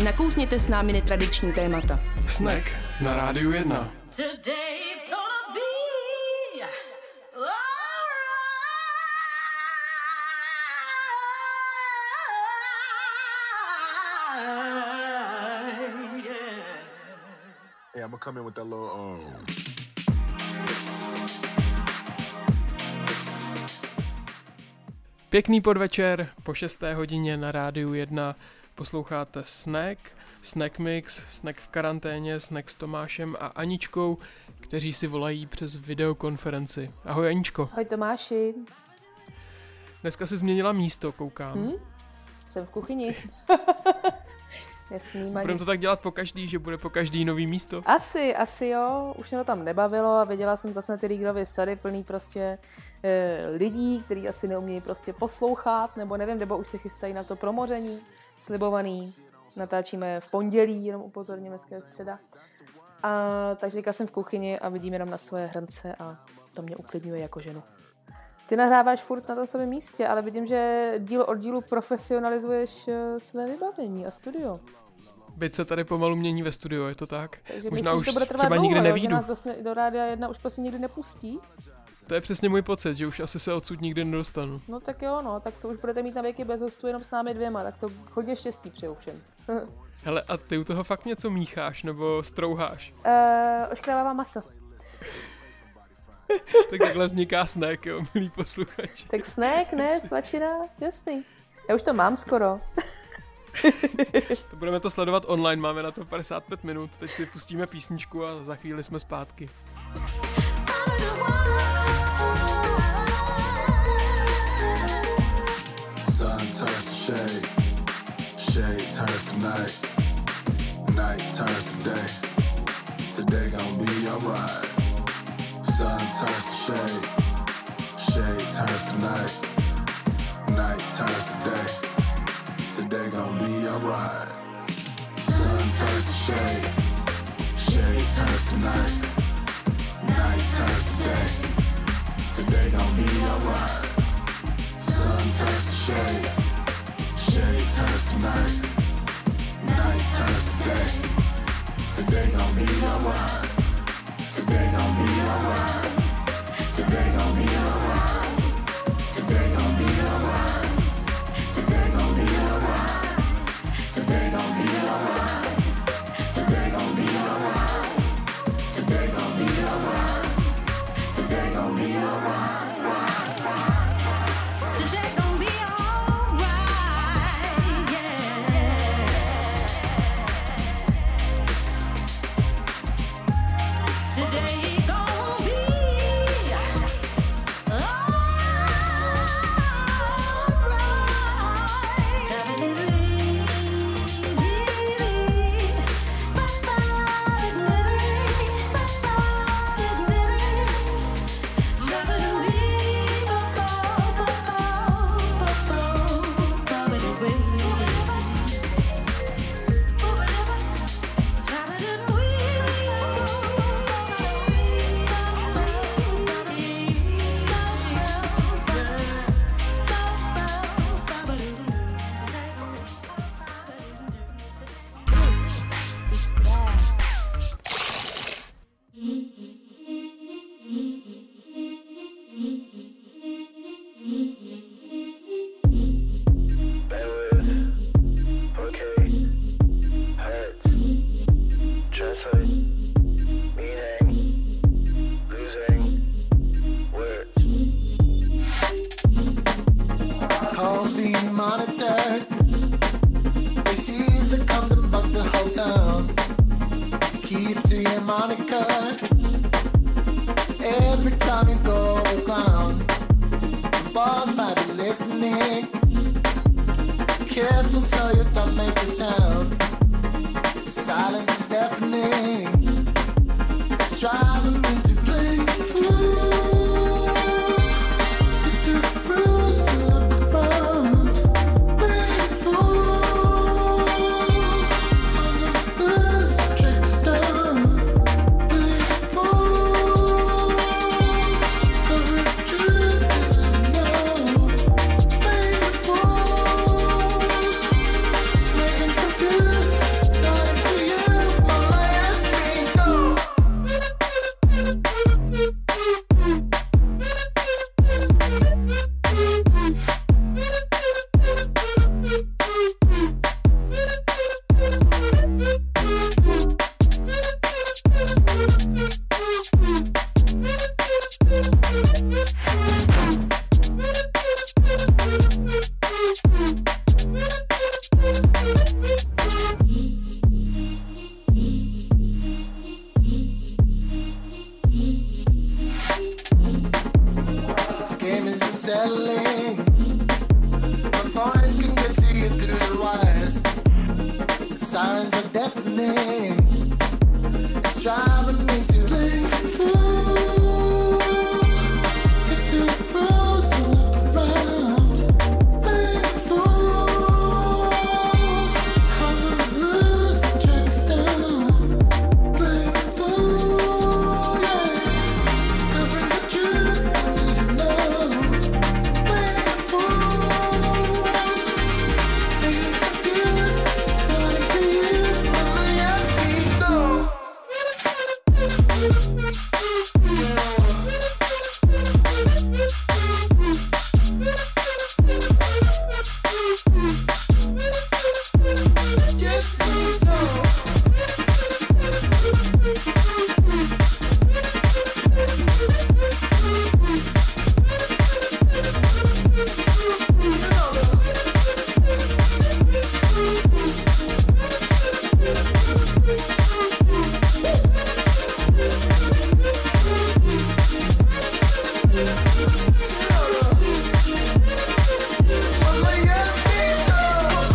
Nakousněte s námi netradiční témata. Snack na Rádiu 1. Yeah, I'm gonna come in with that little Pěkný podvečer, po 6. hodině na Rádiu 1 posloucháte Snack Mix, Snack v karanténě, Snack s Tomášem a Aničkou, kteří si volají přes videokonferenci. Ahoj Aničko. Ahoj Tomáši. Dneska jsi změnila místo, koukám. Jsem v kuchyni. Jasný, budeme to tak dělat pokaždý, že bude pokaždý nový místo? Asi jo, už mě to tam nebavilo a viděla jsem zase na ty Rígrovy sady plný prostě lidí, kteří asi neumějí prostě poslouchat, nebo už se chystají na to promoření, slibovaný. Natáčíme v pondělí, jenom upozorně, dneska je středa. Takže jsem v kuchyni a vidím jenom na svoje hrnce a to mě uklidňuje jako ženu. Ty nahráváš furt na tom samém místě, ale vidím, že díl od dílu profesionalizuješ své vybavení a studio. Byť se tady pomalu mění ve studiu, je to tak? Takže možná myslíš, už to bude trvat třeba dlouho, nikdy jo, nevídu. Že nás do Rádia 1 už prostě nikdy nepustí? To je přesně můj pocit, že už asi se odsud nikdy nedostanu. No tak jo, tak to už budete mít na věky bez hostů jenom s námi dvěma, tak to hodně štěstí přeju všem. Hele, a ty u toho fakt něco mícháš nebo strouháš? Oškrávávám maso. Tak takhle vzniká snack, jo, milí posluchači. Tak snack, ne, svačina, jasný. Já už to mám skoro. To budeme to sledovat online, máme na to 55 minut, teď si pustíme písničku a za chvíli jsme zpátky. sun turns to shade, shade turns to night, night turns to day. Today gon' be alright. Sun turns to shade, shade turns to night, night turns to day. Today gon' be alright. Sun turns to shade, shade turns to night, night turns to day. Today gon' be alright. Sun turns to shade, shade turns to night, night turns to day. Today gon' be alright. Today gon' be alright. Today gon' be alright. Today gon' be alright. Today gon' be alright. Today gon' be alright. Today gon' be alright. Today gon' be alright. Today gon' be alright. patterns are deafening. It's driving me to fool. Stick to the rules and look around. Painful. I'm gonna lose the track us down. Painful, yeah. Covering the truth, don't even know. Painful. Being confused, nodding to you when my ass speaks no. Just speaks no. When my ass speaks no.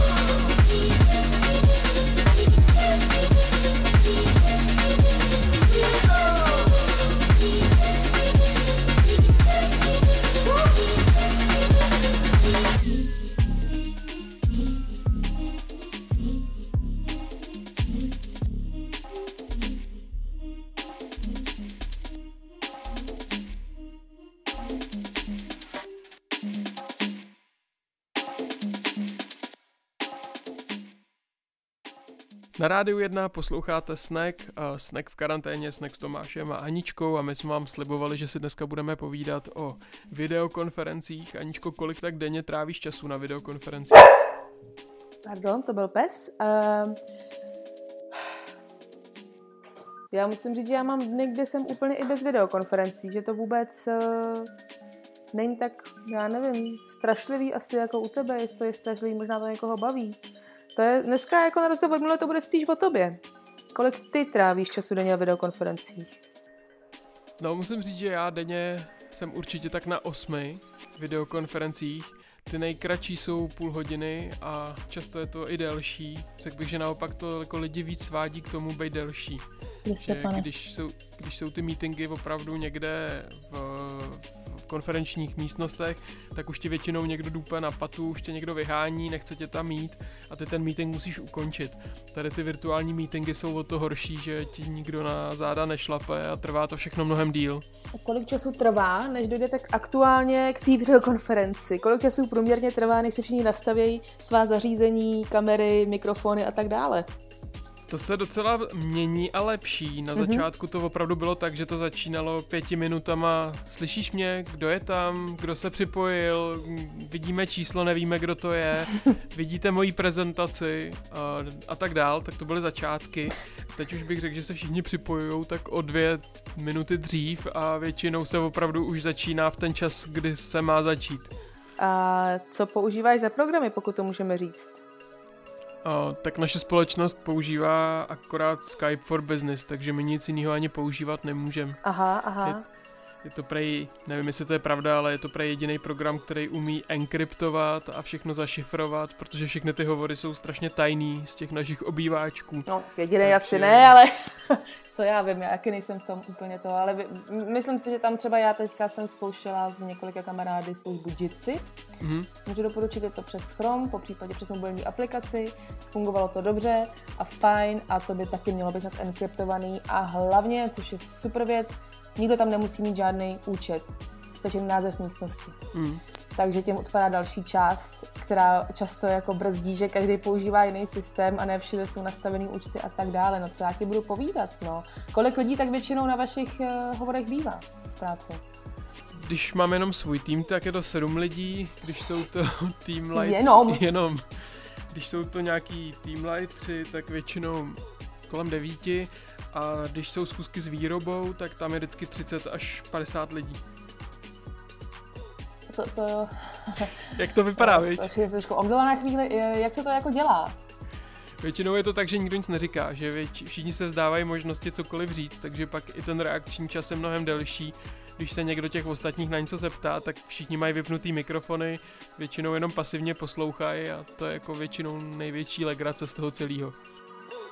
Na Rádiu 1 posloucháte Snack v karanténě, Snack s Tomášem a Aničkou a my jsme vám slibovali, že si dneska budeme povídat o videokonferencích. Aničko, kolik tak denně trávíš času na videokonferenci? Pardon, to byl pes. Já musím říct, že já mám dny, kde jsem úplně i bez videokonferencí, že to vůbec není tak, já nevím, strašlivý asi jako u tebe, jestli to je strašlivý, možná to někoho baví. To je dneska jako na rozdíl od minule, to bude spíš o tobě. Kolik ty trávíš času denně na videokonferencích? No, musím říct, že já denně jsem určitě tak na 8 videokonferencích. Ty nejkratší jsou půl hodiny a často je to i delší. Řekl bych, že naopak to jako lidi víc svádí k tomu být delší. Že když jsou ty meetingy opravdu někde v konferenčních místnostech, tak už ti většinou někdo dupe na patu, už tě někdo vyhání, nechce tě tam mít a ty ten meeting musíš ukončit. Tady ty virtuální meetingy jsou o to horší, že ti nikdo na záda nešlape a trvá to všechno mnohem díl. A kolik času trvá, než dojde tak aktuálně k té videokonferenci? Kolik času průměrně trvá, než se všichni nastavějí svá zařízení, kamery, mikrofony a tak dále? To se docela mění a lepší. Na začátku to opravdu bylo tak, že to začínalo 5 minutama. Slyšíš mě? Kdo je tam? Kdo se připojil? Vidíme číslo, nevíme, kdo to je. Vidíte moji prezentaci a tak dál. Tak to byly začátky. Teď už bych řekl, že se všichni připojujou tak o 2 minuty dřív a většinou se opravdu už začíná v ten čas, kdy se má začít. A co používáš za programy, pokud to můžeme říct? Tak naše společnost používá akorát Skype for Business, takže my nic jiného ani používat nemůžeme. Aha. Je to prej, nevím, jestli to je pravda, ale je to prej jediný program, který umí enkryptovat a všechno zašifrovat, protože všechny ty hovory jsou strašně tajný z těch našich obýváčků. No, jediný asi ne, ale co já vím, já taky nejsem v tom úplně to, ale myslím si, že tam třeba já teďka jsem zkoušela s několika kamarády službu Jitsi. Můžu doporučit, je to přes Chrome, popřípadě přes mobilní aplikaci, fungovalo to dobře a fajn a to by taky mělo být enkryptovaný a hlavně, což je super věc, nikdo tam nemusí mít žádný účet, stačí název místnosti. Takže tím odpadá další část, která často jako brzdí, že každý používá jiný systém a ne všude jsou nastavený účty a tak dále. No co já ti budu povídat, no. Kolik lidí tak většinou na vašich hovorech bývá v práci? Když mám jenom svůj tým, tak je to 7 lidí, když jsou to team light... Jenom. Když jsou to nějaký team light 3, tak většinou kolem 9. A když jsou schůzky s výrobou, tak tam je vždycky 30 až 50 lidí. To Jak to vypadá, víš? To je trošku omdlená chvíli. Jak se to jako dělá? Většinou je to tak, že nikdo nic neříká, že všichni se vzdávají možnosti cokoliv říct, takže pak i ten reakční čas je mnohem delší. Když se někdo těch ostatních na něco zeptá, tak všichni mají vypnutý mikrofony, většinou jenom pasivně poslouchají a to je jako většinou největší legrace z toho celého.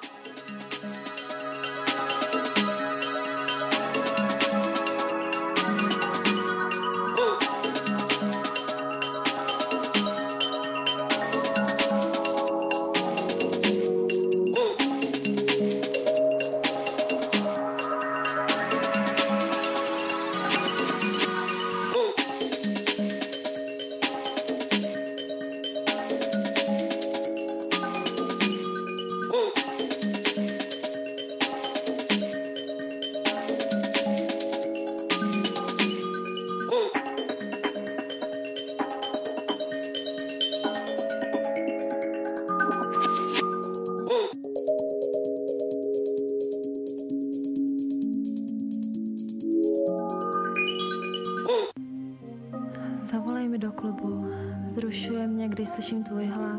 když slyším tvůj hlas.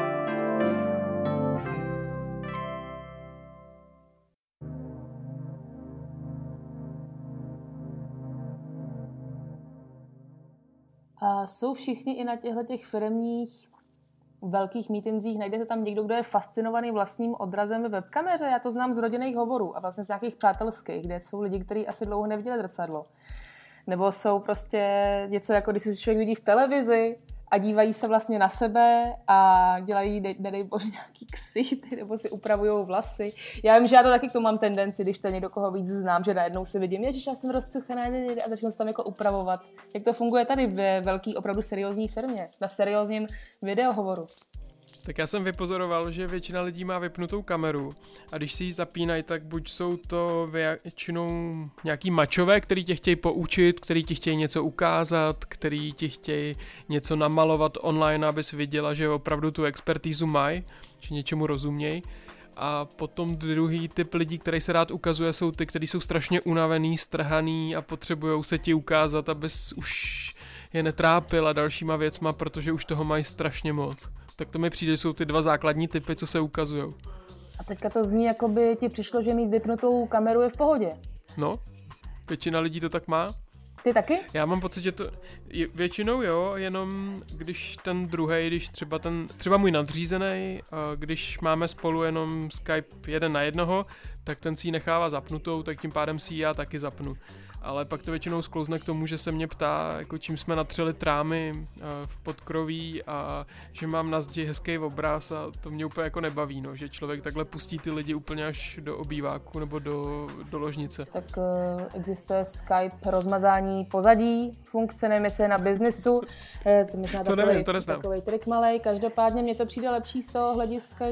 A jsou všichni i na těch firemních velkých mítinzích, najdete tam někdo, kdo je fascinovaný vlastním odrazem ve webkameře? Já to znám z rodinných hovorů a vlastně z nějakých přátelských, kde jsou lidi, kteří asi dlouho neviděli zrcadlo. Nebo jsou prostě něco, jako když si člověk vidí v televizi a dívají se vlastně na sebe a dělají, nedej bože, nějaký ksíty nebo si upravujou vlasy. Já vím, že já to taky k tomu mám tendenci, když to někdo, koho víc znám, že najednou si vidím, ježiš, já jsem rozcuchaná a začnu se tam jako upravovat. Jak to funguje tady ve velký, opravdu seriózní firmě, na seriózním videohovoru? Tak já jsem vypozoroval, že většina lidí má vypnutou kameru a když si ji zapínají, tak buď jsou to většinou nějaký mačové, který tě chtějí poučit, který ti chtějí něco ukázat, který ti chtějí něco namalovat online, abys viděla, že opravdu tu expertízu mají, že něčemu rozumějí. A potom druhý typ lidí, který se rád ukazuje, jsou ty, kteří jsou strašně unavený, strhaný a potřebujou se ti ukázat, abys už je netrápil a dalšíma věcma, protože už toho mají strašně moc. Tak to mi přijde, že jsou ty dva základní typy, co se ukazujou. A teďka to zní, jako by ti přišlo, že mít vypnutou kameru je v pohodě. No, většina lidí to tak má. Ty taky? Já mám pocit, že to většinou jo, jenom když ten druhej, když třeba můj nadřízený, když máme spolu jenom Skype 1:1, tak ten si ji nechává zapnutou, tak tím pádem si ji já taky zapnu. Ale pak to většinou sklouzne k tomu, že se mě ptá, jako čím jsme natřeli trámy v podkroví a že mám na zdi hezký obraz a to mě úplně jako nebaví, no, že člověk takhle pustí ty lidi úplně až do obýváku nebo do ložnice. Tak existuje Skype rozmazání pozadí, funkce, nevím, jestli je na biznisu. To možná takovej trik malej. Každopádně mně to přijde lepší z toho hlediska,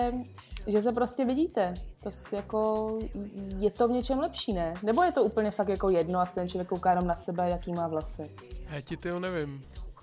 že se prostě vidíte. To jako, je to v něčem lepší, ne? Nebo je to úplně fakt jako jedno a ten člověk kouká jenom na sebe, jaký má vlasy? Já ti to nevím.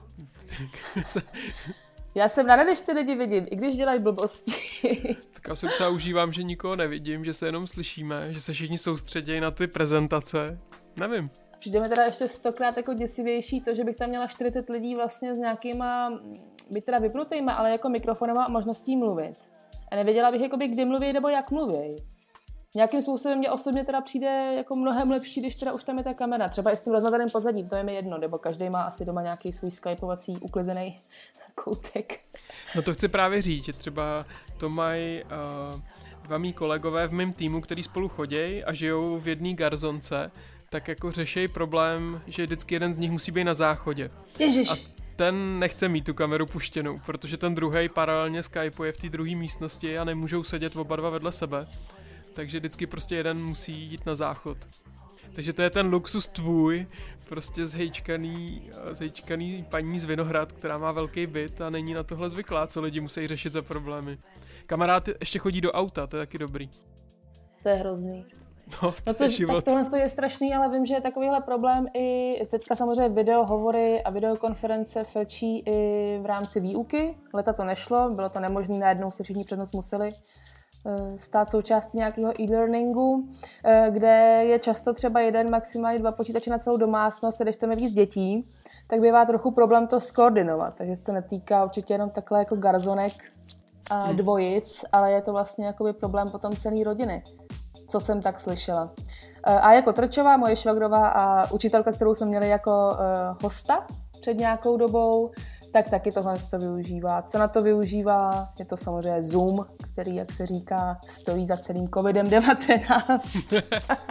Já jsem ráda, když ty lidi vidím, i když dělají blbosti. Tak já si třeba užívám, že nikoho nevidím, že se jenom slyšíme, že se všichni soustředějí na ty prezentace. Nevím. Přijde mi teda ještě 100krát jako děsivější to, že bych tam měla 40 lidí vlastně s nějakýma, byť teda vypnutýma, ale jako mikrofonama a možností mluvit. A nevěděla bych, jakoby, kdy mluví nebo jak mluví. Nějakým způsobem mě osobně teda přijde jako mnohem lepší, když teda už tam je ta kamera. Třeba i s tím rozmazaným pozadím, to je mi jedno, nebo každý má asi doma nějaký svůj skypovací uklizený koutek. No to chci právě říct, že třeba to mají dva mý kolegové v mém týmu, který spolu chodějí a žijou v jedné garzonce, tak jako řeší problém, že vždycky jeden z nich musí být na záchodě. Ježiš. A ten nechce mít tu kameru puštěnou, protože ten druhej paralelně skypuje v té druhé místnosti a nemůžou sedět oba dva vedle sebe. Takže vždycky prostě jeden musí jít na záchod. Takže to je ten luxus tvůj, prostě zhejčkaný paní z Vinohrad, která má velký byt a není na tohle zvyklá, co lidi musí řešit za problémy. Kamarád ještě chodí do auta, to je taky dobrý. To je hrozný. No, No tak tohle je strašný, ale vím, že je takovýhle problém i teďka samozřejmě videohovory a videokonference frčí i v rámci výuky. Leta to nešlo, bylo to nemožné, najednou se všichni přes noc museli stát součástí nějakého e-learningu, kde je často třeba jeden, maximálně 2 počítače na celou domácnost, a když tam je víc dětí, tak bývá trochu problém to skoordinovat. Takže se to netýká určitě jenom takhle jako garzonek a dvojic, ale je to vlastně jakoby problém potom celé rodiny, co jsem tak slyšela. A jako Trčová, moje švagrová a učitelka, kterou jsme měli jako hosta před nějakou dobou, tak taky tohle to využívá. Co na to využívá? Je to samozřejmě Zoom, který, jak se říká, stojí za celým COVID-19.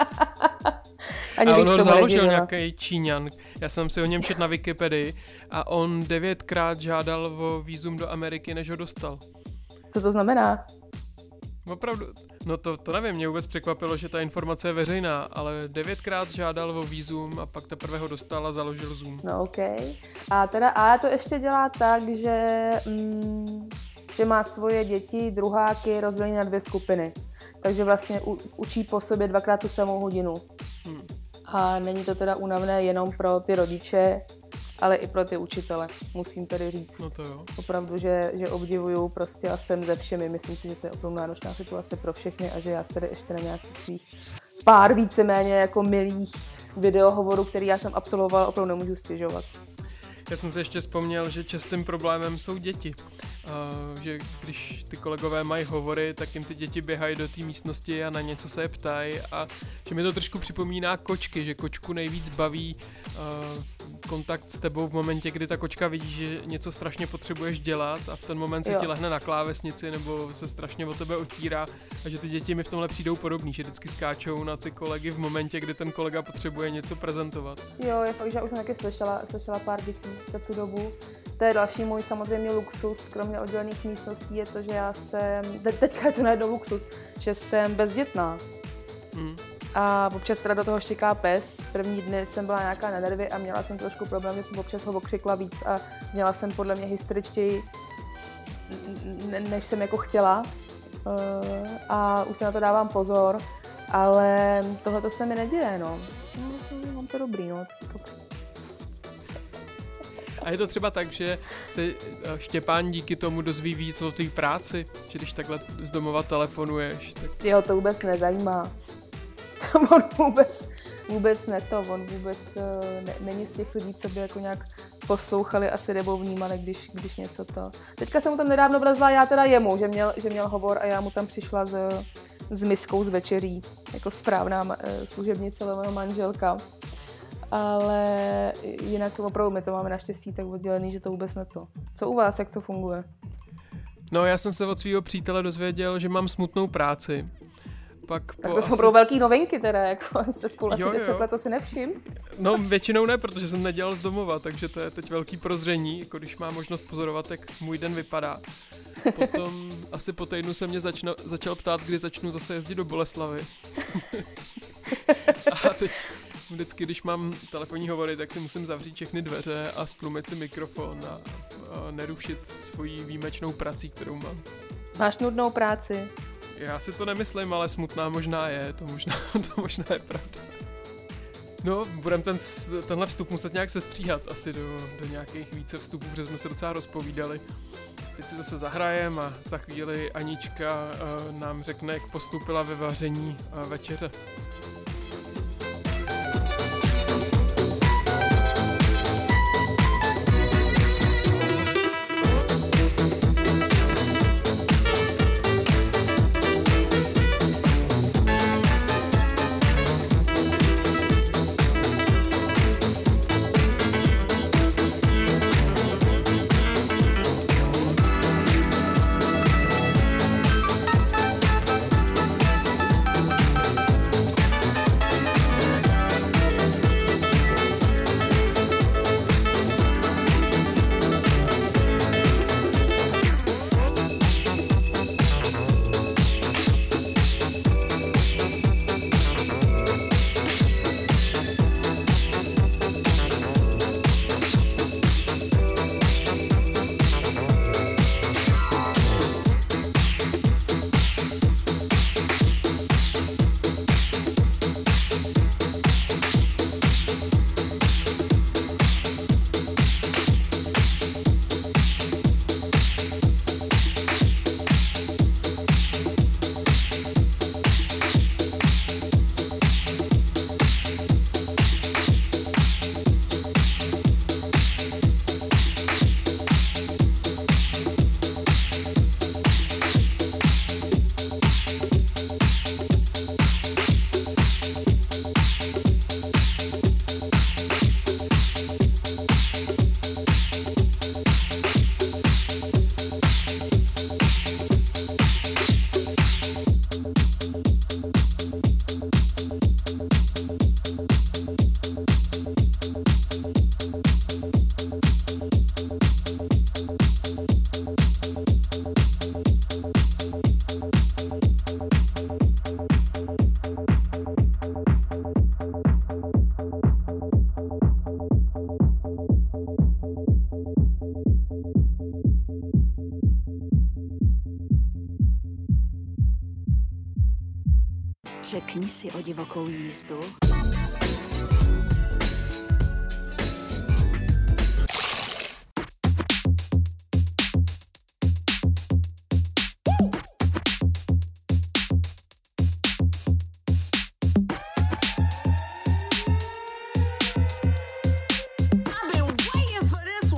A on ho založil nějaký Číňan. Já jsem si o něm četl na Wikipedii a on 9krát žádal o vízum do Ameriky, než ho dostal. Co to znamená? Opravdu, no to nevím, mě vůbec překvapilo, že ta informace je veřejná, ale 9krát žádal o vízum a pak teprve ho dostal a založil Zoom. No OK. A teda A to ještě dělá tak, že má svoje děti, druháky rozdělené na 2 skupiny. Takže vlastně učí po sobě 2krát tu samou hodinu. A není to teda únavné jenom pro ty rodiče, ale i pro ty učitele, musím tady říct. No to jo. Opravdu, že obdivuju prostě a jsem ze všemi. Myslím si, že to je opravdu náročná situace pro všechny a že já tady ještě na nějakých svých pár víceméně jako milých videohovorů, který já jsem absolvoval, opravdu nemůžu stěžovat. Já jsem si ještě vzpomněl, že častým problémem jsou děti. Že když ty kolegové mají hovory, tak jim ty děti běhají do té místnosti a na něco se je ptají a že mi to trošku připomíná kočky, že kočku nejvíc baví kontakt s tebou v momentě, kdy ta kočka vidí, že něco strašně potřebuješ dělat a v ten moment se ti lehne na klávesnici nebo se strašně o tebe otírá a že ty děti mi v tomhle přijdou podobný, že vždycky skáčou na ty kolegy v momentě, kdy ten kolega potřebuje něco prezentovat. Jo, je fakt, že už jsem taky slyšela pár dětí za tu dobu. To je další můj samozřejmě luxus, kromě oddělených místností, je to, že já jsem, teďka je to najednou luxus, že jsem bezdětná. A občas teda do toho štěká pes. První dny jsem byla nějaká na nervy a měla jsem trošku problém, že jsem občas ho okřikla víc a zněla jsem podle mě hysteričtěji, než jsem jako chtěla. A už se na to dávám pozor, ale tohle to se mi neděje, no. Mám to dobrý, no. A je to třeba tak, že se Štěpán díky tomu dozví víc o té práci, že když takhle z domova telefonuješ, tak... Jeho to vůbec nezajímá. On vůbec ne to, on vůbec není z těch lidí, co by jako nějak poslouchali asi nebo vnímali, když něco to. Teďka jsem mu tam nedávno vrazila já teda jemu, že měl hovor a já mu tam přišla s miskou z večeří, jako správná služebnice levého manželka. Ale jinak opravdu my to máme naštěstí tak oddělený, že to vůbec ne to. Co u vás, jak to funguje? No já jsem se od svého přítele dozvěděl, že mám smutnou práci. Tak to jsou pro velký novinky teda, jako jste spolu asi 10 let, to si nevšim. No většinou ne, protože jsem nedělal z domova, takže to je teď velký prozření, jako když mám možnost pozorovat, jak můj den vypadá. Potom asi po týdnu se mě začal ptát, kdy začnu zase jezdit do Boleslavy. A teď vždycky, když mám telefonní hovory, tak si musím zavřít všechny dveře a stlumit si mikrofon a nerušit svoji výjimečnou prací, kterou mám. Máš nudnou práci? Já si to nemyslím, ale smutná možná je, to možná je pravda. No, budeme tenhle vstup muset nějak sestříhat asi do nějakých více vstupů, protože jsme se docela rozpovídali. Teď si zase zahrajeme a za chvíli Anička nám řekne, jak postupila ve vaření večeře. Řekni si o divokou jízdu. I've been waiting for this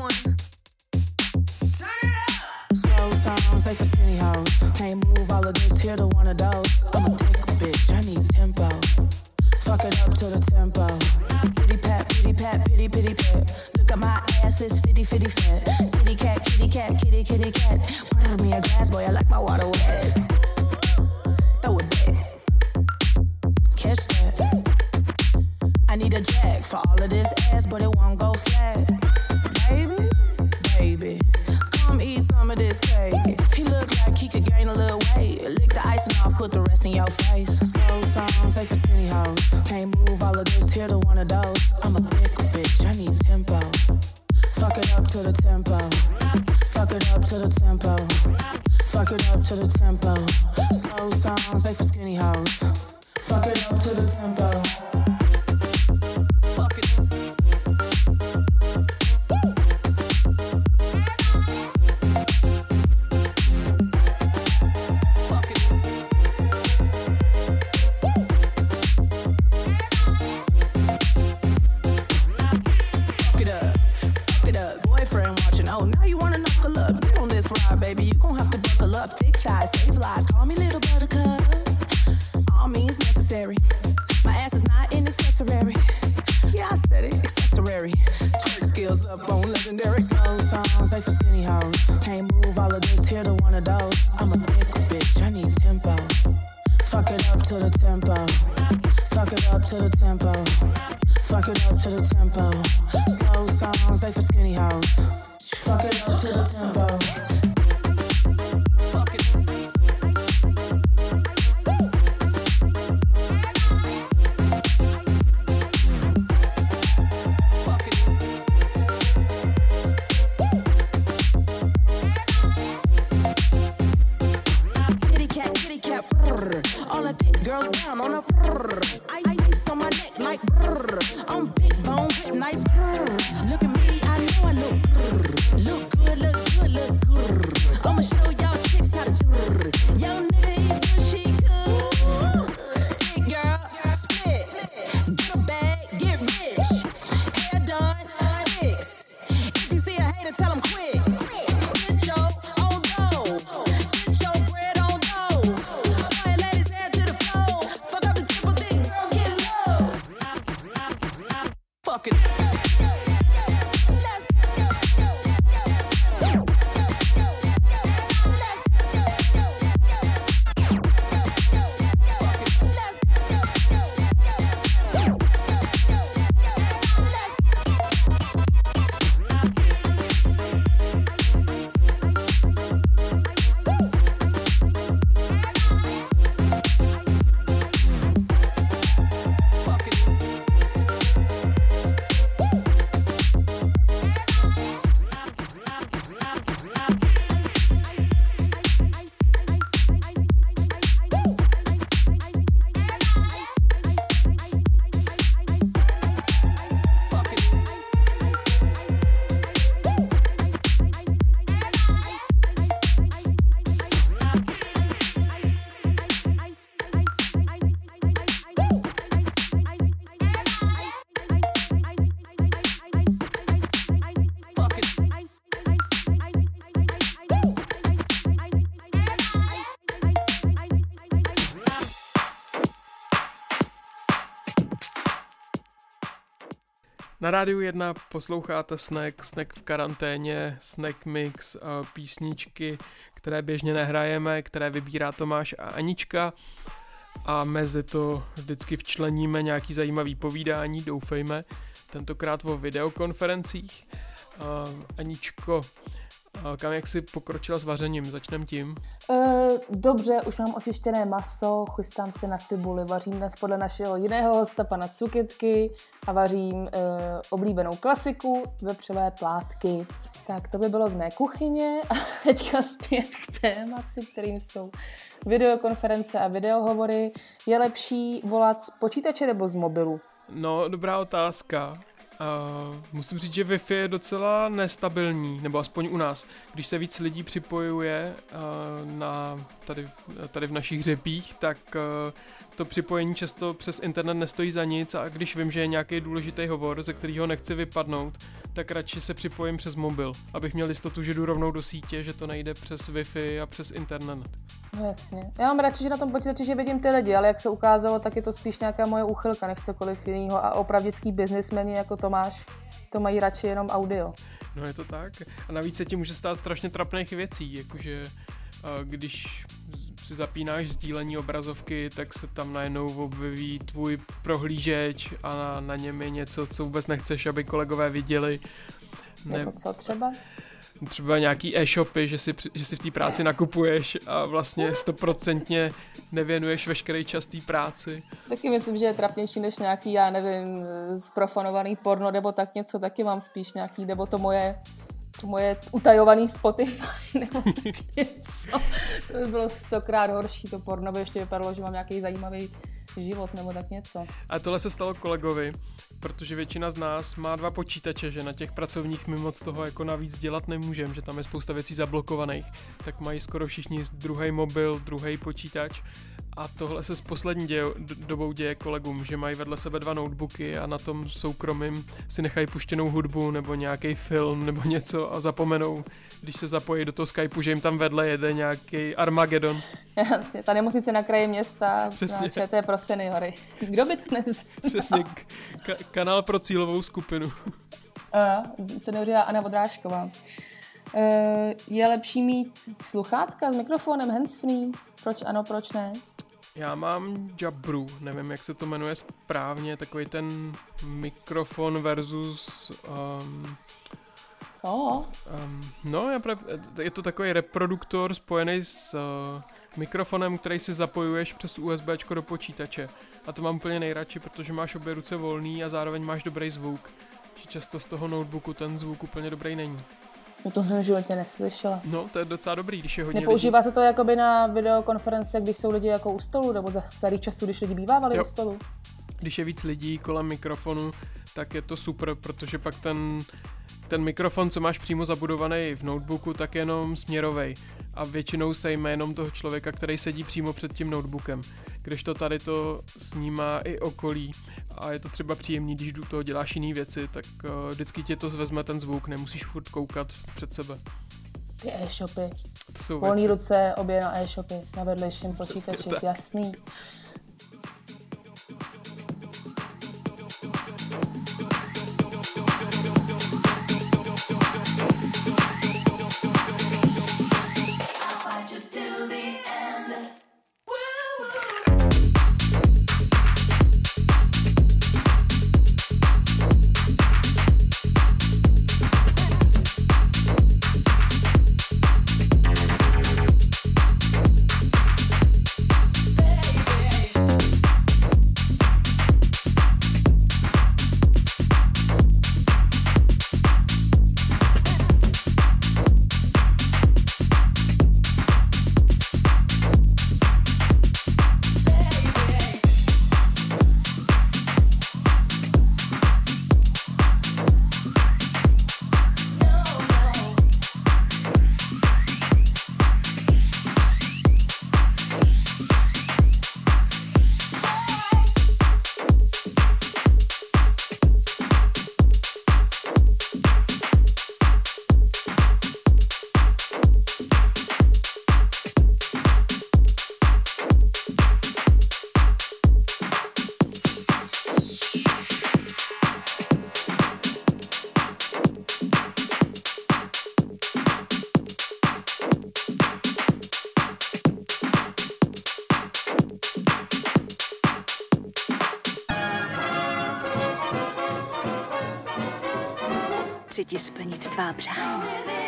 I'm a thick bitch, I need tempo. Fuck it up to the tempo. Pity pat, pity pat, pity pity pat. Look at my ass, it's 50-50 fat. Kitty cat, kitty cat, kitty kitty cat. Pour me a glass, boy, I like my water wet. Throw it back. Catch that. I need a jack for all of this ass, but it won't go flat. Baby, baby, come eat some of this cake. He look like he could gain a little weight. Lick the icing off, put the rest in your face. Slow songs, fake for skinny hoes. Can't move all of this, here to one of those. I'm a big bitch, I need tempo. Fuck it up to the tempo. Fuck it up to the tempo. Fuck it up to the tempo. Slow songs, fake for skinny hoes. Fuck it up to the tempo. Fuck it. Baby, you gon' have to buckle up, thick thighs, save lives. Call me little buttercup. All means necessary. My ass is not an accessory. Yeah, I said it, accessory. Twerk skills up on legendary. Slow songs, they for skinny hoes. Can't move all of this, here to one of those. I'm a thick bitch, I need tempo. Fuck it up to the tempo. Fuck it up to the tempo. Fuck it up to the tempo. Slow songs, they for skinny hoes. Fuck it up to the tempo. Girls down on a ice on my neck like brr. I'm big bone with nice brr. Look at me, I know I look brr. Look good, look good, look good. I'ma show y'all chicks how to brr. Yo nigga, he good, she good. Big girl, split. Get a bag, get rich. Hair done, fix. If you see a hater, tell him quit. Get your on go. Get your bread on go. Fuck it. Na Rádiu 1 posloucháte Snack v karanténě, Snack Mix, písničky, které běžně nehrajeme, které vybírá Tomáš a Anička a mezi to vždycky včleníme nějaký zajímavý povídání, doufejme, tentokrát o videokonferencích. Aničko, kam jak si pokročila s vařením? Začnem tím. Dobře, už mám očištěné maso, chystám se na cibuli, vařím dnes podle našeho jiného hosta, pana Cukitky, a vařím oblíbenou klasiku, vepřové plátky. Tak to by bylo z mé kuchyně a teďka zpět k tématu, kterým jsou videokonference a videohovory. Je lepší volat z počítače nebo z mobilu? No, dobrá otázka. Musím říct, že Wi-Fi je docela nestabilní, nebo aspoň u nás. Když se víc lidí připojuje tady v našich řepích, tak to připojení často přes internet nestojí za nic a když vím, že je nějaký důležitý hovor, ze kterého nechci vypadnout, tak radši se připojím přes mobil, abych měl jistotu, že jdu rovnou do sítě, že to nejde přes Wi-Fi a přes internet. No jasně. Já mám radši, že na tom počítači, že vidím ty lidi, ale jak se ukázalo, tak je to spíš nějaká moje úchylka, než cokoliv jiného a opravdický biznismeni jako Tomáš, to mají radši jenom audio. No je to tak. A navíc se ti může stát strašně trapných věcí, jakože když si zapínáš sdílení obrazovky, tak se tam najednou objeví tvůj prohlížeč a na něm je něco, co vůbec nechceš, aby kolegové viděli. Jako co třeba? Třeba nějaký e-shopy, že si v té práci nakupuješ a vlastně 100% nevěnuješ veškerý čas té práci. Taky myslím, že je trapnější než nějaký, já nevím, zprofanovaný porno, nebo tak něco, taky mám spíš nějaký, nebo to moje utajovaný Spotify, nebo něco. To by bylo 100krát horší, to porno by ještě vypadalo, že mám nějaký zajímavý život, nebo tak něco. A tohle se stalo kolegovi, protože většina z nás má 2 počítače, že na těch pracovních my moc toho jako navíc dělat nemůžeme, že tam je spousta věcí zablokovaných, tak mají skoro všichni druhý mobil, druhý počítač. A tohle se s poslední dobou děje kolegům, že mají vedle sebe 2 notebooky a na tom soukromým si nechají puštěnou hudbu nebo nějaký film nebo něco a zapomenou, když se zapojí do toho Skypeu, že jim tam vedle jede nějaký Armagedon. Jasně, ta nemocnice na kraji města, Přesně. na ČT pro seniory. Kdo by to nezval? Přesně, kanál pro cílovou skupinu. Seniori a Anna Vodrážková. Je lepší mít sluchátka s mikrofonem handsfree? Proč ano, proč ne? Já mám Jabru, nevím, jak se to jmenuje správně, takový ten mikrofon versus... Co? No, je to takový reproduktor spojený s mikrofonem, který si zapojuješ přes USBčko do počítače. A to mám úplně nejradši, protože máš obě ruce volný a zároveň máš dobrý zvuk. Že často z toho notebooku ten zvuk úplně dobrý není. No to jsem v životě neslyšela. No, to je docela dobrý, když je hodně Nepoužívá lidí. se to jakoby na videokonference, když jsou lidi jako u stolu, nebo za starých časů, když lidi bývávali u stolu? Když je víc lidí kolem mikrofonu, tak je to super, protože pak ten mikrofon, co máš přímo zabudovaný v notebooku, tak je jenom směrovej. A většinou sejme jenom toho člověka, který sedí přímo před tím notebookem. Kdežto tady to snímá i okolí a je to třeba příjemný, když do toho děláš jiný věci, tak vždycky ti to vezme ten zvuk, nemusíš furt koukat před sebe. Ty e-shopy. To jsou Volný věci. ruce, obě na e-shopy, na vedlejším počítači, tak. jasný. Chci ti splnit tvá přání.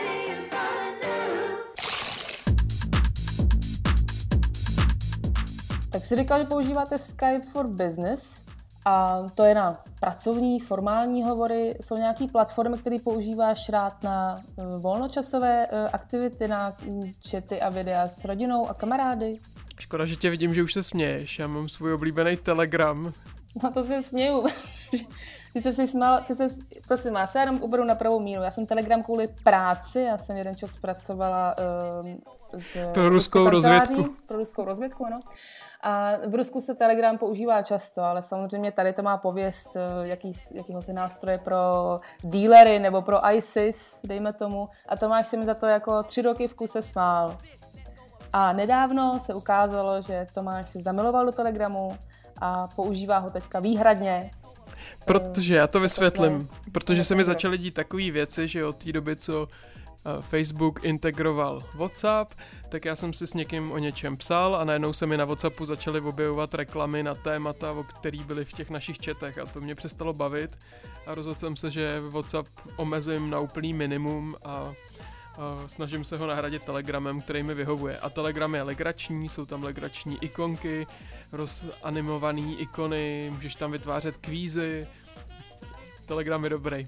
Tak si říkal, že používáte Skype for Business a to je na pracovní, formální hovory. Jsou nějaké platformy, které používáš rád na volnočasové aktivity, na chaty a videa s rodinou a kamarády? Škoda, že tě vidím, že už se směješ. Já mám svůj oblíbený Telegram. No to se směju. Ty jsi si smál, prosím vás, já jenom uberu na pravou míru. Já jsem Telegram kvůli práci, já jsem jeden čas pracovala pro ruskou rozvědku. Pro ruskou rozvědku, ano. A v Rusku se Telegram používá často, ale samozřejmě tady to má pověst jakýho si nástroje pro dealery nebo pro ISIS, dejme tomu. A Tomáš se mi za to jako 3 roky v kuse smál. A nedávno se ukázalo, že Tomáš se zamiloval do Telegramu a používá ho teďka výhradně. Protože já to vysvětlím. Protože se mi začaly dít takové věci, že od té doby, co Facebook integroval WhatsApp, tak já jsem si s někým o něčem psal a najednou se mi na WhatsAppu začaly objevovat reklamy na témata, o který byly v těch našich chatech a to mě přestalo bavit a rozhodl jsem se, že WhatsApp omezím na úplný minimum a snažím se ho nahradit Telegramem, který mi vyhovuje. A Telegram je legrační, jsou tam legrační ikonky, rozanimované ikony, můžeš tam vytvářet kvízy. Telegram je dobrý.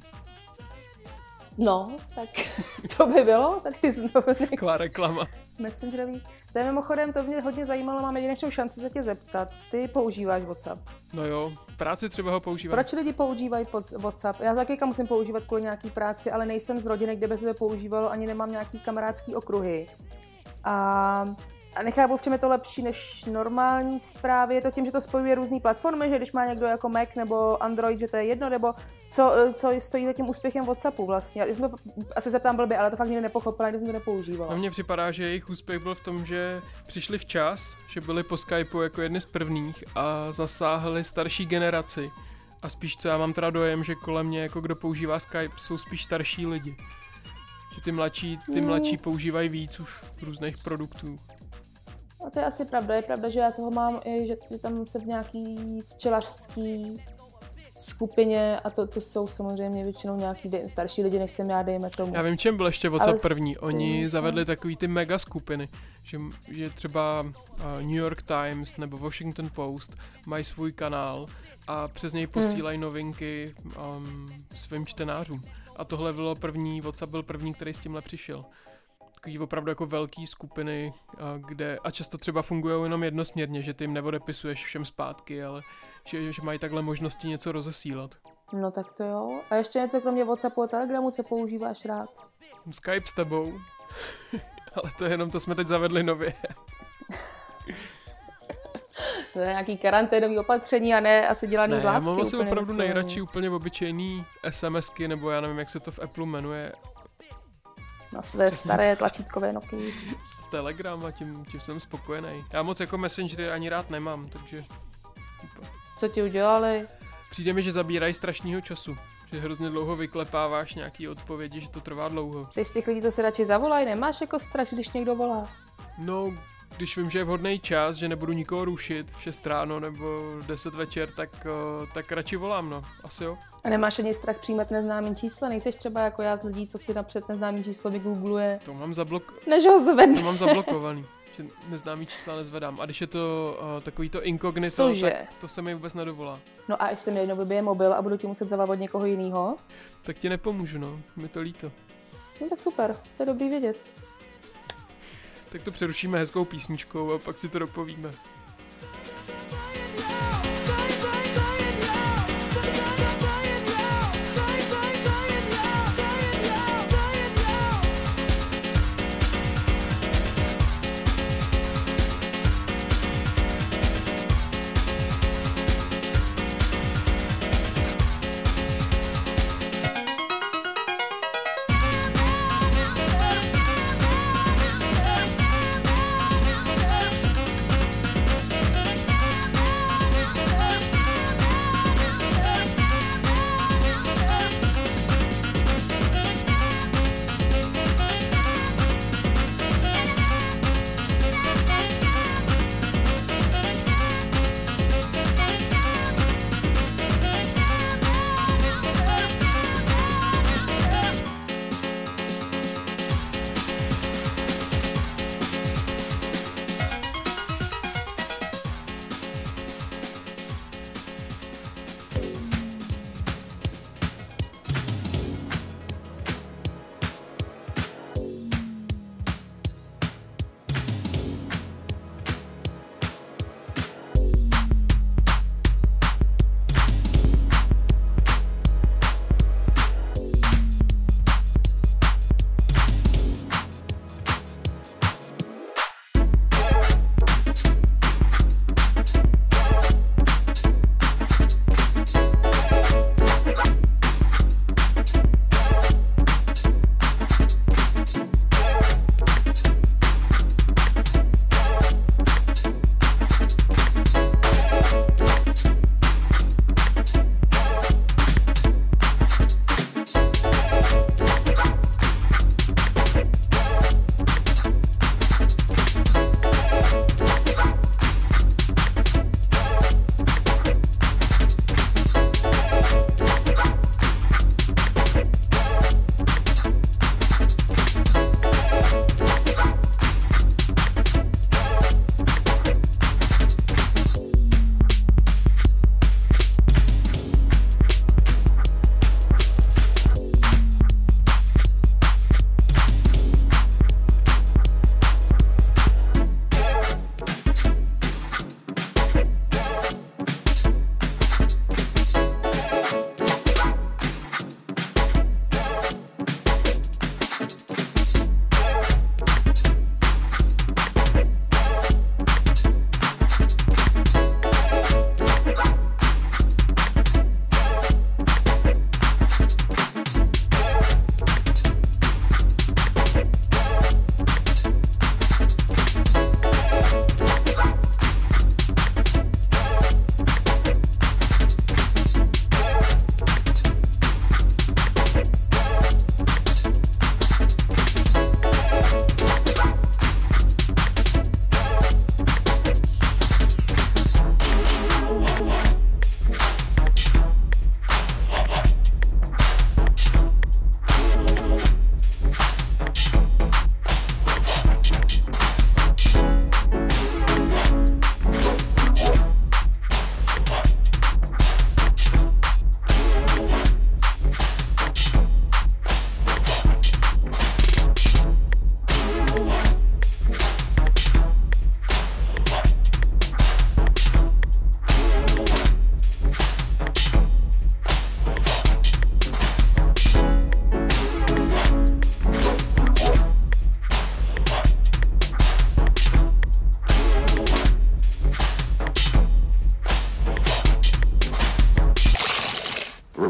No, tak to by bylo, tady znovu taková reklama. Messengerových. To je mimochodem, to mě hodně zajímalo, mám jedinečnou šanci se tě zeptat. Ty používáš WhatsApp? No jo, v práci třeba ho používám. Proč lidi používají WhatsApp? Já taky musím používat kvůli nějaký práci, ale nejsem z rodiny, kde by se to používalo, ani nemám nějaký kamarádský okruhy. A nechápu, v čem je to lepší než normální zprávy. Je to tím, že to spojuje různé platformy, že když má někdo jako Mac nebo Android, že to je jedno, nebo co stojí za tím úspěchem WhatsAppu vlastně. Já jsem to asi zeptám blbě, ale to fakt nikdy nepochopila, když jsem to nepoužívala. No mně připadá, že jejich úspěch byl v tom, že přišli včas, že byli po Skypeu jako jedni z prvních a zasáhli starší generaci. A spíš co já mám teda dojem, že kolem mě, jako kdo používá Skype, jsou spíš starší lidi. Že ty mladší používají víc už různých produktů. No to je asi pravda. Je pravda, že já ho mám, že tam jsem v nějaký včelařský skupině a to jsou samozřejmě většinou nějaký starší lidi, než jsem já, dejme tomu. Já vím, čem byl ještě WhatsApp první. Oni zavedli takový ty mega skupiny, že třeba New York Times nebo Washington Post mají svůj kanál a přes něj posílají novinky svým čtenářům. A tohle bylo první, WhatsApp byl první, který s tímhle přišel. Takový opravdu jako velký skupiny, kde a často třeba fungují jenom jednosměrně, že ty jim neodepisuješ všem zpátky, ale že mají takhle možnosti něco rozesílat. No tak to jo. A ještě něco kromě WhatsAppu a Telegramu, co používáš rád? Skype s tebou, ale to je jenom, to jsme teď zavedli nově. To je nějaký karanténový opatření a ne asi dělaný z lásky. Já mám asi opravdu nejradši úplně obyčejný SMSky, nebo já nevím, jak se to v Apple jmenuje. Na své staré tlačítkové Nokia. Telegram a tím jsem spokojený. Já moc jako Messengery ani rád nemám, takže... Co ti udělali? Přijde mi, že zabírají strašného času. Že hrozně dlouho vyklepáváš nějaký odpovědi, že to trvá dlouho. Jsi z těch lidí, co si radši zavolají? Nemáš jako strach, když někdo volá? No, když vím, že je vhodný čas, že nebudu nikoho rušit v 6 ráno nebo 10 večer, tak radši volám, no. Asi jo. A nemáš ani strach přijímat neznámý číslo? Nejseš třeba jako já z lidí, co si napřed neznámý číslo vygoogluje? To mám To mám zablokovaný. Že neznámý čísla nezvedám. A když je to takový to inkognito, tak to se mi vůbec nedovolá. No a jestli mi jednou vybije mobil a budu ti muset zavolat od někoho jiného? Tak ti nepomůžu, no. Mi to líto. No tak super, to je dobrý vědět. Tak to přerušíme hezkou písničkou a pak si to dopovíme.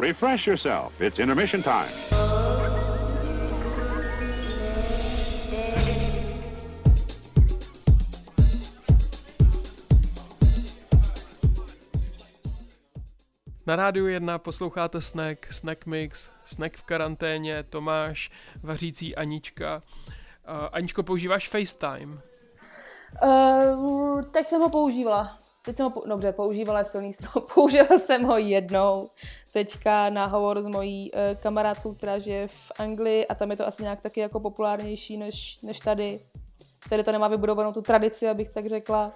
refresh yourself. It's intermission time. Na Rádiu 1 posloucháte Snack Mix, Snack v karanténě, Tomáš, vařící Anička. Aničko, používáš FaceTime? Teď jsem ho používala. Dobře, používala silný slovo. Použila jsem ho jednou. Teďka na hovor s mojí kamarádkou, která žije v Anglii a tam je to asi nějak taky jako populárnější než tady. Tady to nemá vybudovanou tu tradici, abych tak řekla.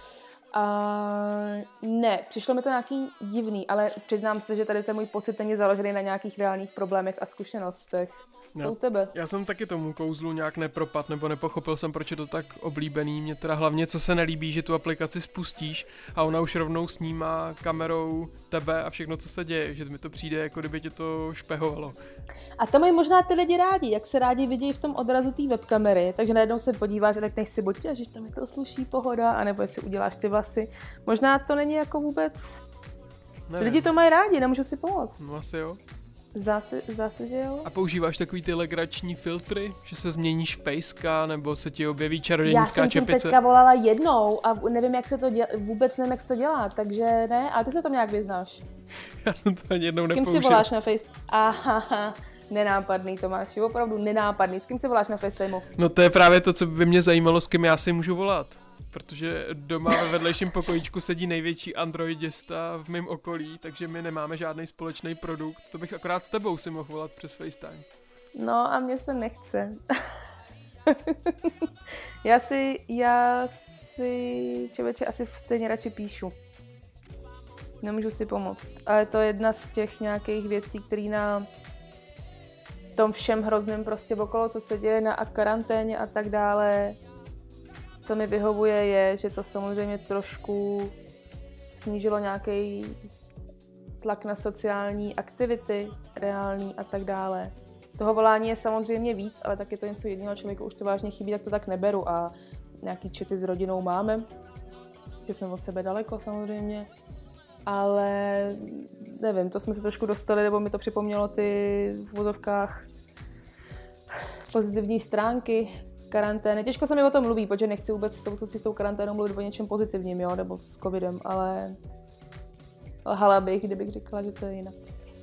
Ne, přišlo mi to nějaký divný, ale přiznám se, že tady ten můj pocit není založený na nějakých reálných problémech a zkušenostech. Co u tebe? Já jsem taky tomu kouzlu nějak nepropad, nebo nepochopil jsem, proč je to tak oblíbený. Mně teda hlavně, co se nelíbí, že tu aplikaci spustíš a ona už rovnou snímá kamerou tebe a všechno, co se děje, že mi to přijde, jako kdyby tě to špehovalo. A to mají možná ty lidi rádi, jak se rádi vidějí v tom odrazu té webkamery, takže najednou se podíváš a řekneš si, buď že tam je to sluší pohoda, anebo jestli uděláš ty vlasy. Možná to není jako vůbec... Nevím. Lidi to mají rádi, nemůžu si pomoct. No asi jo. Zdá se, že jo. A používáš takový ty legrační filtry, že se změníš pejska, nebo se ti objeví čarodějnická čepice? Já jsem tím teďka volala jednou a nevím, jak se to dělá, vůbec nevím, jak se to dělá, takže ne, ale ty se tam nějak vyznáš. Já jsem to ani jednou nepoužil. S kým si voláš na Face? Aha, nenápadný Tomáši, opravdu nenápadný. S kým si voláš na FaceTimeu? No to je právě to, co by mě zajímalo, s kým já si můžu volat. Protože doma ve vedlejším pokojíčku sedí největší androidista v mém okolí, takže my nemáme žádný společný produkt. To bych akorát s tebou si mohl volat přes FaceTime. No a mně se nechce. já si člověče asi stejně radši píšu. Nemůžu si pomoct. Ale to je jedna z těch nějakých věcí, které na tom všem hrozném prostě okolo, co se děje na karanténě a tak dále, co mi vyhovuje, je, že to samozřejmě trošku snížilo nějaký tlak na sociální aktivity, reální a tak dále. Toho volání je samozřejmě víc, ale tak je to něco jiného, člověku už to vážně chybí, tak to tak neberu a nějaký chaty s rodinou máme, že jsme od sebe daleko samozřejmě, ale nevím, to jsme se trošku dostali, nebo mi to připomnělo ty v vozovkách pozitivní stránky karantény. Těžko se mi o tom mluví, protože nechci vůbec v souvislosti s tou karanténou mluvit o něčem pozitivním, jo, nebo s covidem, ale lhala bych, kdybych řekla, že to je jinak.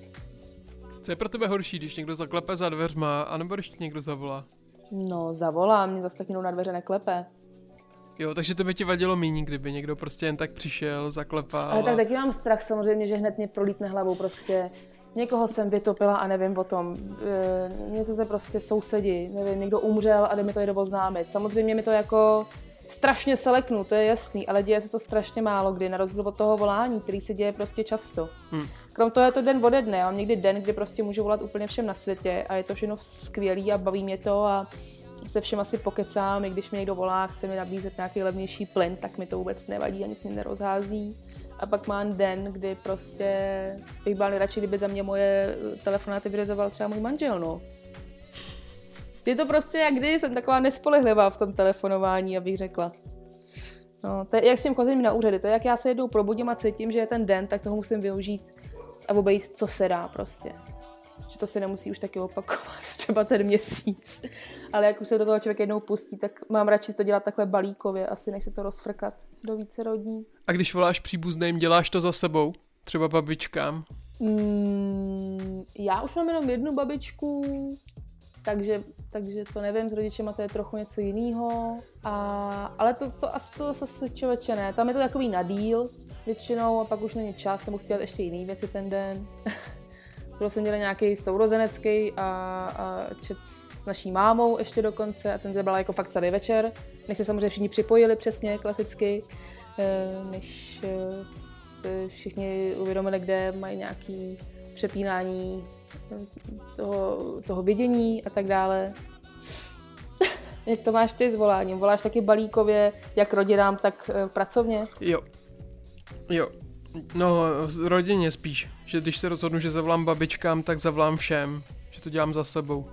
Co je pro tebe horší, když někdo zaklepe za dveřma, anebo když ti někdo zavolá? No, zavolá, mě zase tak někdo na dveře neklepe. Jo, takže to by ti vadilo míň, kdyby někdo prostě jen tak přišel, zaklepal. Ale tak taky mám strach samozřejmě, že hned mě prolítne hlavou prostě. Někoho jsem vytopila a nevím o tom. Něco se prostě sousedí, nevím, někdo umřel a jde mi to jde oznámit. Samozřejmě mi to jako strašně seleknu, to je jasný, ale děje se to strašně málo kdy, na rozdíl od toho volání, který se děje prostě často. Krom toho je to den ode dne, já mám někdy den, kdy prostě můžu volat úplně všem na světě a je to všechno skvělý a baví mě to a se všem asi pokecám, i když mi někdo volá, chce mi nabízet nějaký levnější plyn, tak mi to vůbec nevadí, ani s ním nerozhází. A pak mám den, kdy prostě bych byl nejradši, kdyby za mě moje telefonáty vyřezoval třeba můj manžel, no. Je to prostě jak kdy, jsem taková nespolehlivá v tom telefonování, abych řekla. No, to je, jak s tím chodím na úřady, to je, jak já se jednou probudím a cítím, že je ten den, tak toho musím využít a obejít, co se dá prostě. Že to se nemusí už taky opakovat, třeba ten měsíc. Ale jak už se do toho člověk jednou pustí, tak mám radši to dělat takhle balíkově, asi než se to rozfrkat do více dní. A když voláš příbuzným, děláš to za sebou? Třeba babičkám? Já už mám jenom jednu babičku, takže to nevím, s rodičema to je trochu něco jiného. Ale to asi to zase člověče ne. Tam je to takový na díl většinou a pak už není čas, nebo chci dělat ještě jiný věci ten den. Tohle jsem měla nějaký sourozenecký a čet s naší mámou ještě dokonce a ten zabral jako fakt celý večer, než se samozřejmě všichni připojili přesně klasicky, než si všichni uvědomili, kde mají nějaké přepínání toho vidění a tak dále. Jak to máš ty s voláním? Voláš taky balíkově, jak rodinám, tak pracovně? Jo. No, rodině spíš. Že když se rozhodnu, že zavolám babičkám, tak zavolám všem. Že to dělám za sebou.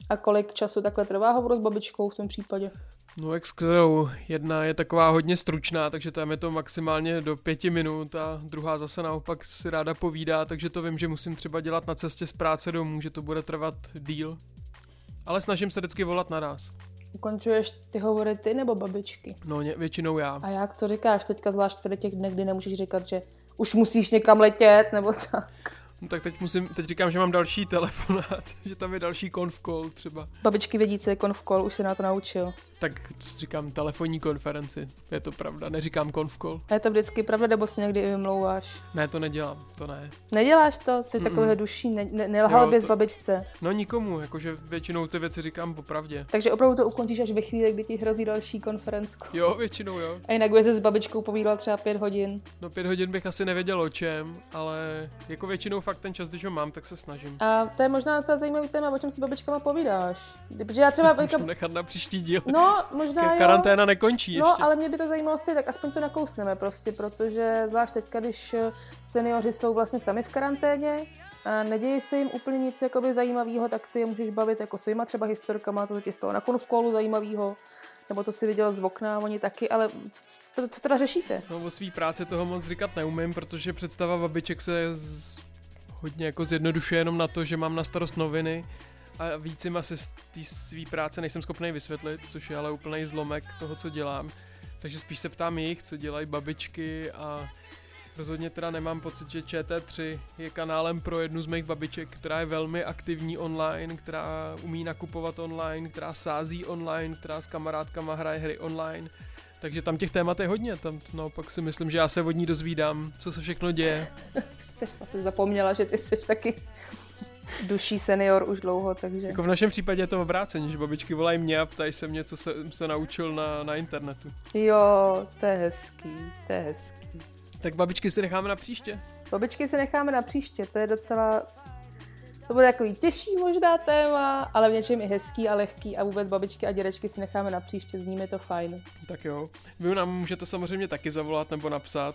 A kolik času takhle trvá hovor s babičkou v tom případě? No jak s kterou jedna je taková hodně stručná, takže tam je to maximálně do 5 minut a druhá zase naopak si ráda povídá, takže to vím, že musím třeba dělat na cestě z práce domů, že to bude trvat díl. Ale snažím se vždycky volat naraz. Ukončuješ ty hovory ty nebo babičky? No většinou já. A jak to říkáš teďka, zvlášť v těch dnech, kdy nemůžeš říkat, že už musíš někam letět, nebo tak? No tak teď říkám, že mám další telefonát, že tam je další conf call třeba. Babičky vědí, co je conf call, už se na to naučil. Tak říkám telefonní konferenci, je to pravda, neříkám conf call. A je to vždycky pravda, nebo si někdy i vymlouváš? Ne, to nedělám, to ne. Neděláš to? Jsi takového duší, nelhal bys babičce? No nikomu, jakože většinou ty věci říkám popravdě. Takže opravdu to ukončíš až ve chvíli, kdy ti hrozí další konference. Jo, většinou jo. A jinak by se s babičkou povídal třeba 5 hodin. No 5 hodin bych asi nevěděl o čem, ale jako většinou fakt ten čas, když ho mám, tak se snažím. A to je možná docela zajímavý téma, o čem si babičkama povídáš. Protože já třeba... Můžu nechat na příští díl. No, možná jo. Karanténa nekončí ještě. No, ale mě by to zajímalo stejně, tak aspoň to nakousneme prostě, protože zvlášť teďka, když seniori jsou vlastně sami v karanténě a neděje se jim úplně nic jakoby zajímavého, tak ty je můžeš bavit jako svýma třeba historkama, co ti stalo na konfkolu zajímavého, nebo to si viděl z okna, oni taky, ale co teda řešíte? No, o svý práci toho moc říkat neumím, protože představa babiček se hodně jako zjednodušuje jenom na to, že mám na starost noviny a víc jim asi z té svý práce nejsem schopný vysvětlit, což je ale úplný zlomek toho, co dělám. Takže spíš se ptám jich, co dělají babičky a rozhodně teda nemám pocit, že ČT3 je kanálem pro jednu z mých babiček, která je velmi aktivní online, která umí nakupovat online, která sází online, která s kamarádkama hraje hry online. Takže tam těch témat je hodně, tam naopak si myslím, že já se od ní dozvídám, co se všechno děje. Jsi asi zapomněla, že ty jsi taky duší senior už dlouho, takže... Jako v našem případě je to obráceně, že babičky volají mě a ptají se mě, co jsem se naučil na internetu. Jo, to je hezký. Tak babičky si necháme na příště. Babičky si necháme na příště, to je docela... To bude takový těžší možná téma, ale v něčem i hezký a lehký a vůbec babičky a dědečky si necháme na příště, s nimi je to fajn. Tak jo. Vy nám můžete samozřejmě taky zavolat nebo napsat,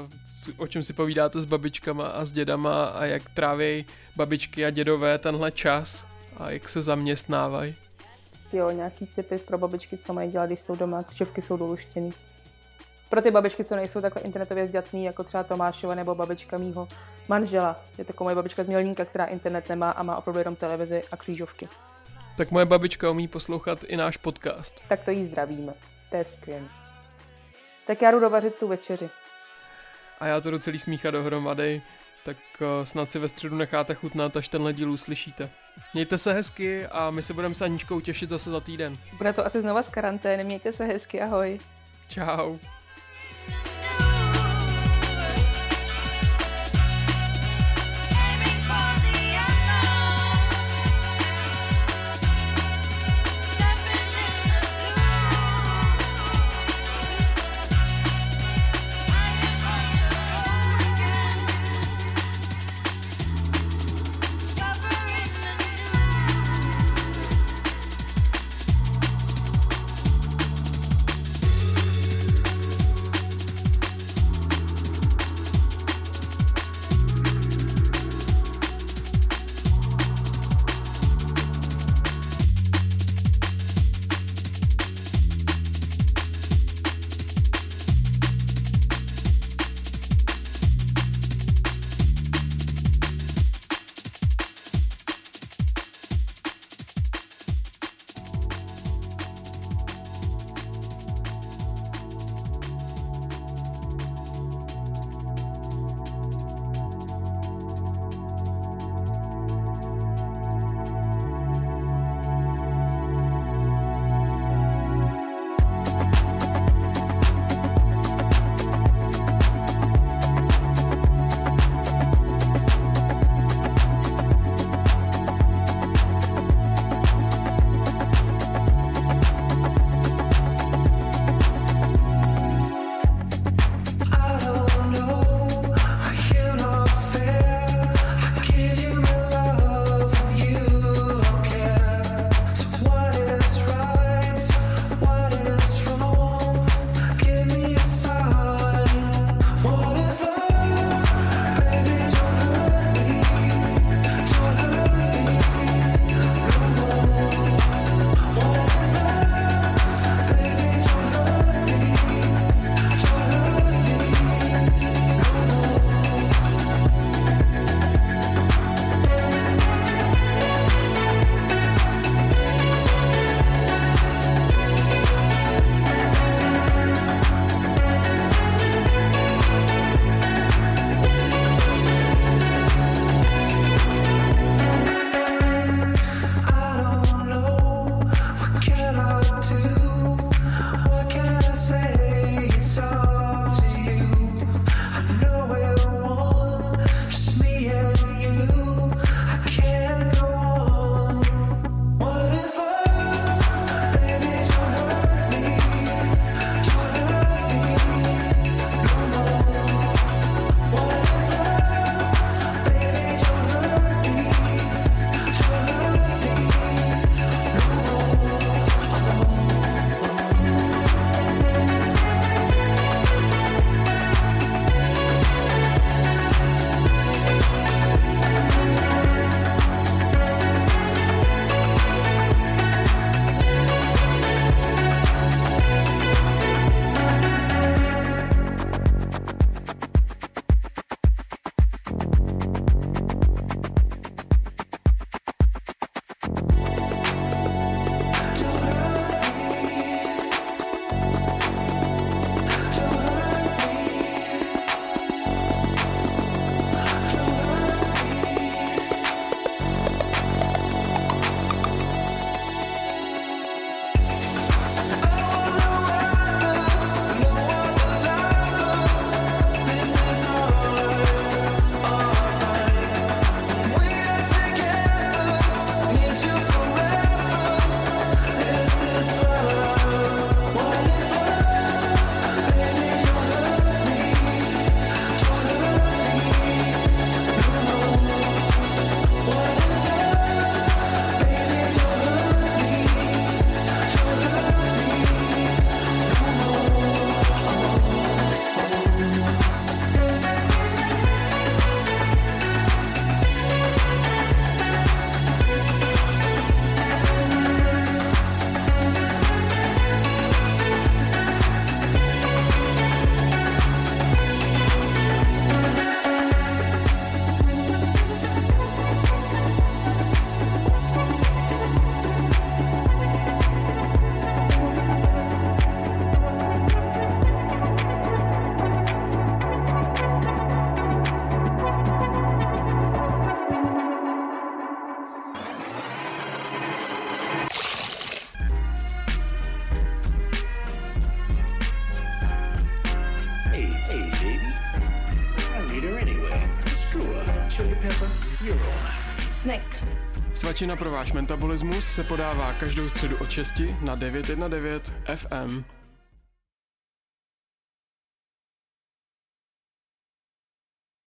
o čem si povídáte s babičkama a s dědama a jak tráví babičky a dědové tenhle čas a jak se zaměstnávají. Jo, nějaký tipy pro babičky, co mají dělat, když jsou doma, křivky jsou doluštěný. Pro ty babičky, co nejsou takhle internetově zdatný, jako třeba Tomášova nebo babička mýho manžela. Je taková moje babička z Mělníka, která internet nemá a má opravdu jenom televizi a křížovky. Tak moje babička umí poslouchat i náš podcast. Tak to jí zdravíme. To je skvělé. Tak já jdu dovařit tu večeři. A já to jdu celý smíchat dohromady, tak snad si ve středu necháte chutnat, až tenhle díl uslyšíte. Mějte se hezky a my se budeme s Aničkou těšit zase za týden. Bude to asi znova z karantény. Mějte se hezky, ahoj. Čau. Chili Pepper Euro. Snack. Svačina pro váš metabolismus se podává každou středu od 6 na 919 FM.